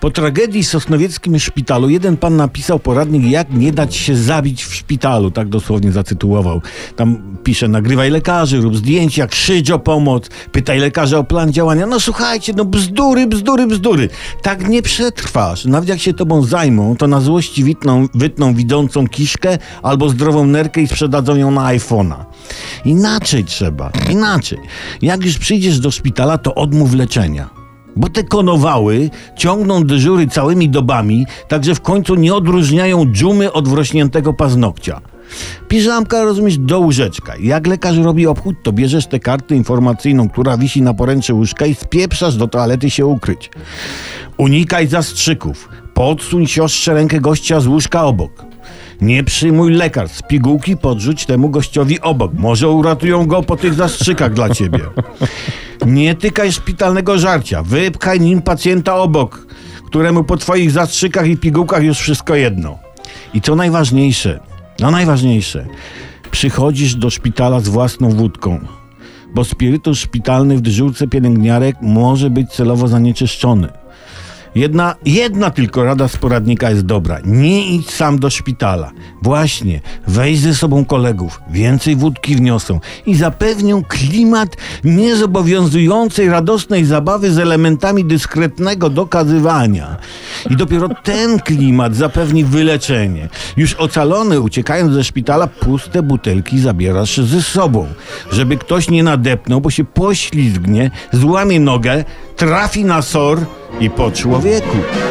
Po tragedii w sosnowieckim szpitalu jeden pan napisał poradnik, jak nie dać się zabić w szpitalu. Tak dosłownie zatytułował. Tam pisze: nagrywaj lekarzy, rób zdjęcia, krzycz o pomoc, pytaj lekarza o plan działania. No słuchajcie, no bzdury. Tak nie przetrwasz. Nawet jak się tobą zajmą, to na złości wytną widzącą kiszkę albo zdrową nerkę i sprzedadzą ją na iPhone'a. Inaczej trzeba. Jak już przyjdziesz do szpitala, to odmów leczenia. Bo te konowały ciągną dyżury całymi dobami, tak że w końcu nie odróżniają dżumy od wrośniętego paznokcia. Piżamka, rozumiesz, do łóżeczka. Jak lekarz robi obchód, to bierzesz tę kartę informacyjną, która wisi na poręczy łóżka i spieprzasz do toalety się ukryć. Unikaj zastrzyków. Podsuń siostrze rękę gościa z łóżka obok. Nie przyjmuj lekarstw. Pigułki podrzuć temu gościowi obok. Może uratują go po tych zastrzykach dla ciebie. Nie tykaj szpitalnego żarcia. Wypchaj nim pacjenta obok, któremu po twoich zastrzykach i pigułkach już wszystko jedno. I co najważniejsze, przychodzisz do szpitala z własną wódką, bo spirytus szpitalny w dyżurce pielęgniarek może być celowo zanieczyszczony. Jedna tylko rada z poradnika jest dobra. Nie idź sam do szpitala. Właśnie, weź ze sobą kolegów. Więcej wódki wniosą i zapewnią klimat niezobowiązującej, radosnej zabawy z elementami dyskretnego dokazywania. I dopiero ten klimat zapewni wyleczenie. Już ocalony, uciekając ze szpitala, puste butelki zabierasz ze sobą, żeby ktoś nie nadepnął, bo się poślizgnie, złamie nogę, trafi na SOR i po człowieku.